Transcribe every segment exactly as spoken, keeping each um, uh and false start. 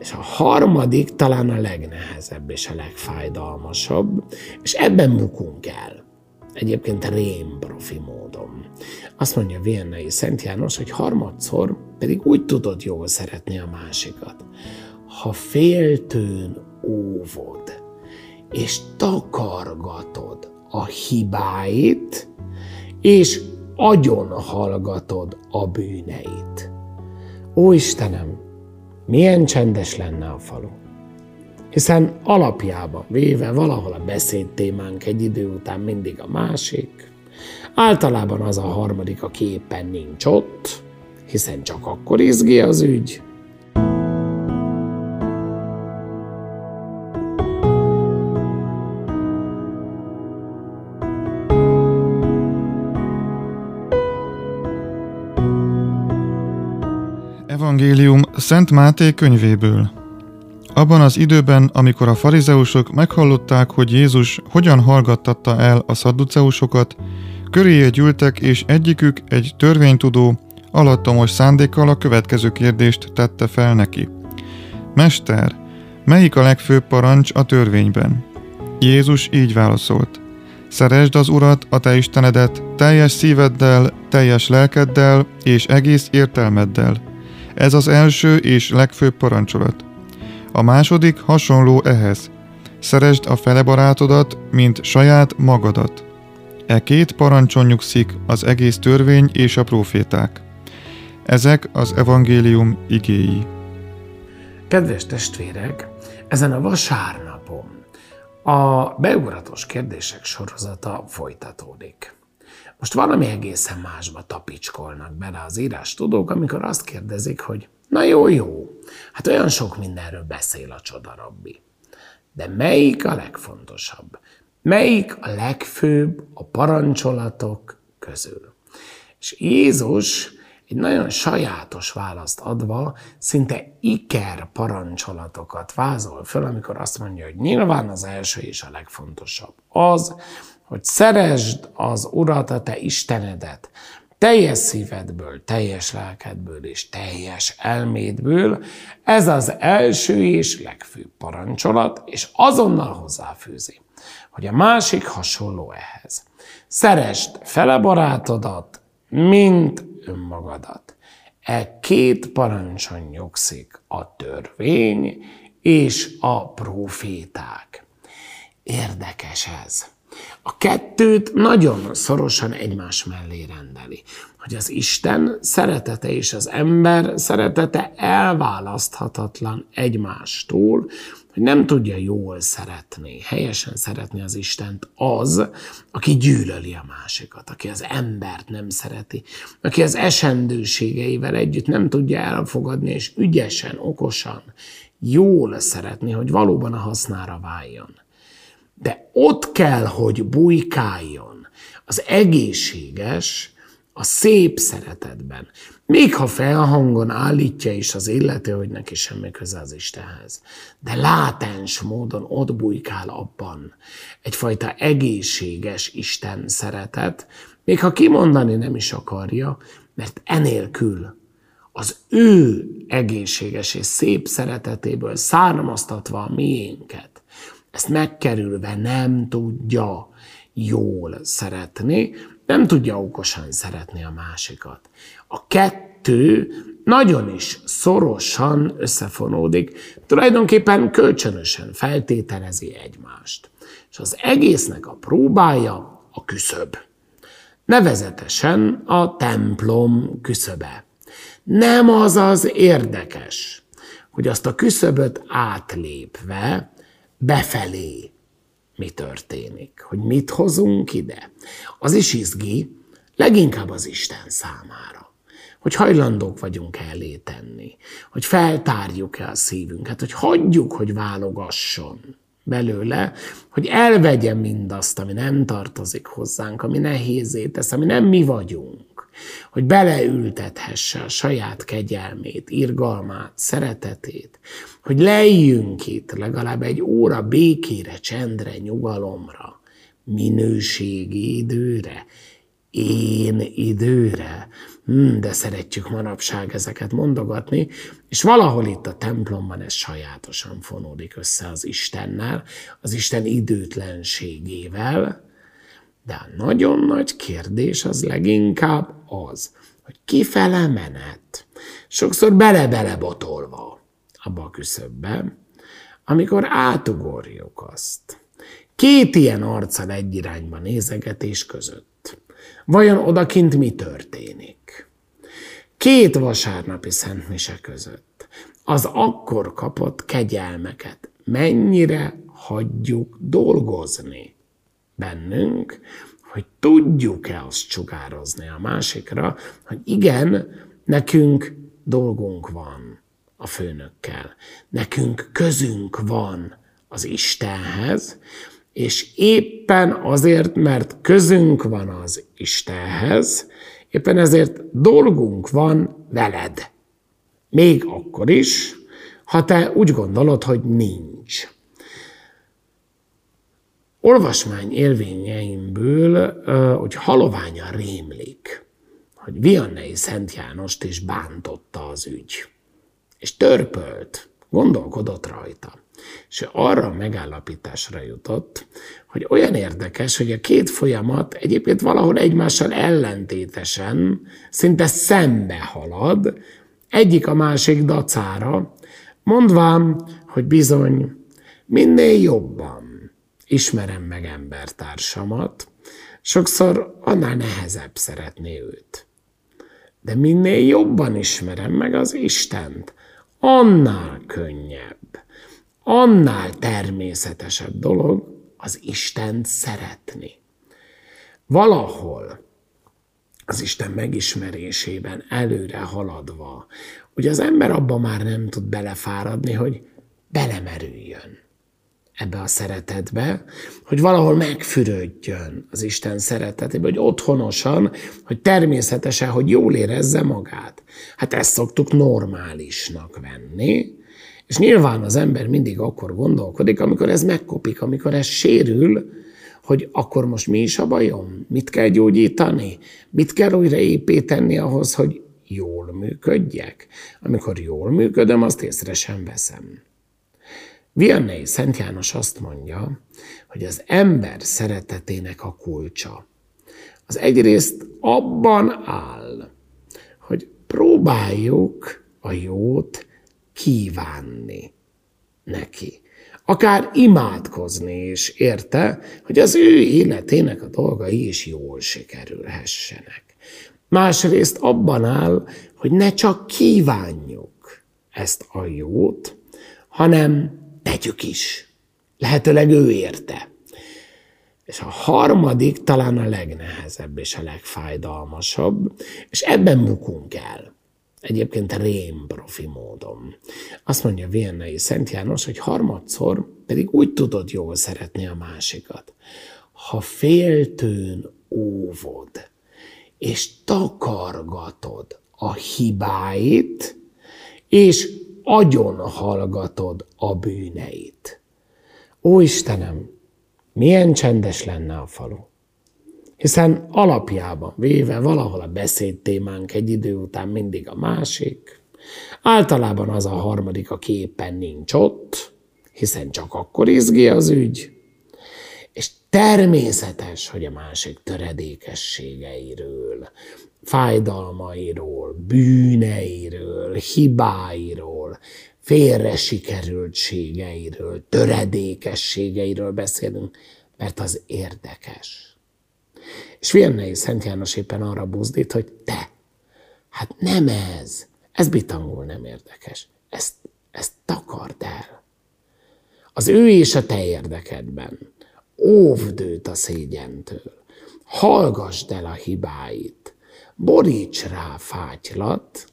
És a harmadik talán a legnehezebb és a legfájdalmasabb, és ebben bukunk el. Egyébként rém profi módon. Azt mondja a viennai Szent János, hogy harmadszor pedig úgy tudod jól szeretni a másikat, ha féltőn óvod, és takargatod a hibáit, és agyon hallgatod a bűneit. Ó Istenem, milyen csendes lenne a falu. Hiszen alapjában véve valahol a beszédtémánk egy idő után mindig a másik, általában az a harmadik, aki éppen nincs ott, hiszen csak akkor izgi az ügy. Evangélium Szent Máté könyvéből. Abban az időben, amikor a farizeusok meghallották, hogy Jézus hogyan hallgattatta el a szadduceusokat, köréje gyűltek, és egyikük, egy törvénytudó, alattomos szándékkal a következő kérdést tette fel neki. Mester, melyik a legfőbb parancs a törvényben? Jézus így válaszolt. Szeresd az Urat, a te Istenedet, teljes szíveddel, teljes lelkeddel és egész értelmeddel. Ez az első és legfőbb parancsolat. A második hasonló ehhez. Szeresd a fele barátodat, mint saját magadat. E két parancson nyugszik az egész törvény és a próféták. Ezek az evangélium igéi. Kedves testvérek, ezen a vasárnapon a beugratos kérdések sorozata folytatódik. Most valami egészen másba tapicskolnak bele az írástudók, amikor azt kérdezik, hogy na jó, jó, hát olyan sok mindenről beszél a csodarabbi. De melyik a legfontosabb? Melyik a legfőbb a parancsolatok közül? És Jézus egy nagyon sajátos választ adva, szinte iker parancsolatokat vázol föl, amikor azt mondja, hogy nyilván az első és a legfontosabb az, hogy szeresd az Urat, a te Istenedet, teljes szívedből, teljes lelkedből és teljes elmédből. Ez az első és legfőbb parancsolat, és azonnal hozzáfűzi, hogy a másik hasonló ehhez. Szeresd fele barátodat, mint önmagadat. E két parancson nyugszik a törvény és a próféták. Érdekes ez. A kettőt nagyon szorosan egymás mellé rendeli, hogy az Isten szeretete és az ember szeretete elválaszthatatlan egymástól, hogy nem tudja jól szeretni, helyesen szeretni az Istent az, aki gyűlöli a másikat, aki az embert nem szereti, aki az esendőségeivel együtt nem tudja elfogadni, és ügyesen, okosan, jól szeretni, hogy valóban a hasznára váljon. De ott kell, hogy bujkáljon az egészséges, a szép szeretetben. Még ha felhangon állítja is az illető, hogy neki semmi köze az Istenhez. De látens módon ott bujkál abban egyfajta egészséges Isten szeretet, még ha kimondani nem is akarja, mert enélkül az ő egészséges és szép szeretetéből származtatva a miénket, ezt megkerülve nem tudja jól szeretni, nem tudja okosan szeretni a másikat. A kettő nagyon is szorosan összefonódik, tulajdonképpen kölcsönösen feltételezi egymást. És az egésznek a próbája a küszöb. Nevezetesen a templom küszöbe. Nem az az érdekes, hogy azt a küszöböt átlépve befelé mi történik, hogy mit hozunk ide. Az is izgi, leginkább az Isten számára, hogy hajlandók vagyunk elé tenni, hogy feltárjuk-e a szívünket, hogy hagyjuk, hogy válogasson belőle, hogy elvegye mindazt, ami nem tartozik hozzánk, ami nehézé tesz, ami nem mi vagyunk, hogy beleültethesse a saját kegyelmét, irgalmát, szeretetét, hogy lejjünk itt legalább egy óra békére, csendre, nyugalomra, minőségi időre, én időre, Hmm, de szeretjük manapság ezeket mondogatni, és valahol itt a templomban ez sajátosan fonódik össze az Istennel, az Isten időtlenségével, de a nagyon nagy kérdés az leginkább az, hogy kifele menet. Sokszor bele-bele botolva abba a küszöbbe, amikor átugorjuk azt. Két ilyen arccal egy irányba nézegetés között. Vajon odakint mi történik? Két vasárnapi szentmise között az akkor kapott kegyelmeket mennyire hagyjuk dolgozni bennünk, hogy tudjuk-e azt sugározni a másikra, hogy igen, nekünk dolgunk van a főnökkel, nekünk közünk van az Istenhez, és éppen azért, mert közünk van az Istenhez, éppen ezért dolgunk van veled. Még akkor is, ha te úgy gondolod, hogy nincs. Olvasmány élvényeimből, hogy haloványan rémlik, hogy Vianney Szent Jánost is bántotta az ügy. És törpölt, gondolkodott rajta. És arra a megállapításra jutott, hogy olyan érdekes, hogy a két folyamat egyébként valahol egymással ellentétesen, szinte szembe halad, egyik a másik dacára, mondván, hogy bizony minél jobban ismerem meg embertársamat, sokszor annál nehezebb szeretni őt. De minél jobban ismerem meg az Istent, annál könnyebb, annál természetesebb dolog az Istent szeretni. Valahol az Isten megismerésében előre haladva, ugye az ember abban már nem tud belefáradni, hogy belemerüljön ebbe a szeretetbe, hogy valahol megfürödjön az Isten szeretetébe, hogy otthonosan, hogy természetesen, hogy jól érezze magát. Hát ezt szoktuk normálisnak venni, és nyilván az ember mindig akkor gondolkodik, amikor ez megkopik, amikor ez sérül, hogy akkor most mi is a bajom? Mit kell gyógyítani? Mit kell újra építeni ahhoz, hogy jól működjek? Amikor jól működöm, azt észre sem veszem. Vianney Szent János azt mondja, hogy az ember szeretetének a kulcsa az egyrészt abban áll, hogy próbáljuk a jót kívánni neki. Akár imádkozni is érte, hogy az ő életének a dolgai is jól sikerülhessenek. Másrészt abban áll, hogy ne csak kívánjuk ezt a jót, hanem tegyük is. Lehetőleg ő érte. És a harmadik talán a legnehezebb és a legfájdalmasabb, és ebben bukunk el. Egyébként rém profi módon. Azt mondja Vianney Szent János, hogy harmadszor pedig úgy tudod jól szeretni a másikat, ha féltőn óvod, és takargatod a hibáit, és agyon hallgatod a bűneit. Ó Istenem, milyen csendes lenne a falu! Hiszen alapjában véve valahol a beszédtémánk egy idő után mindig a másik, általában az a harmadik, aki éppen nincs ott, hiszen csak akkor izgi az ügy, és természetes, hogy a másik töredékességeiről, fájdalmairól, bűneiről, hibáiról, félre sikerültségeiről, töredékességeiről beszélünk, mert az érdekes. És Vianney Szent János éppen arra buzdít, hogy te, hát nem ez, ez bitangul nem érdekes, ezt, ezt takard el. Az ő és a te érdekedben óvd őt a szégyentől, hallgassd el a hibáit, boríts rá fátylat,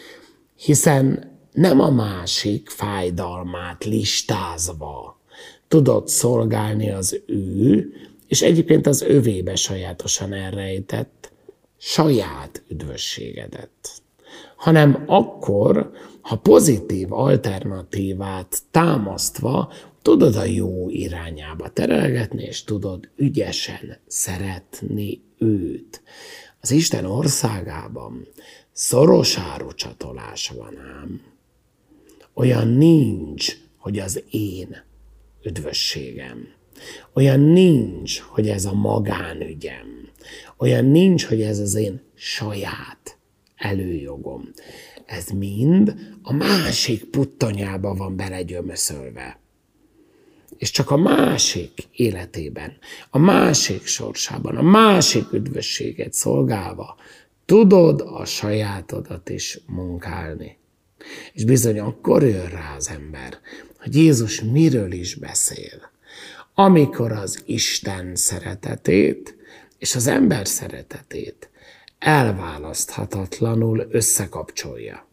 hiszen nem a másik fájdalmát listázva tudod szolgálni az ő, és egyébként az övébe sajátosan elrejtett saját üdvösségedet. Hanem akkor, ha pozitív alternatívát támasztva tudod a jó irányába terelgetni, és tudod ügyesen szeretni őt. Az Isten országában szoros árucsatolás van ám. Olyan nincs, hogy az én üdvösségem. Olyan nincs, hogy ez a magánügyem. Olyan nincs, hogy ez az én saját előjogom. Ez mind a másik puttonyába van belegyömöszölve. És csak a másik életében, a másik sorsában, a másik üdvösséget szolgálva tudod a sajátodat is munkálni. És bizony akkor jön rá az ember, hogy Jézus miről is beszél. Amikor az Isten szeretetét és az ember szeretetét elválaszthatatlanul összekapcsolja.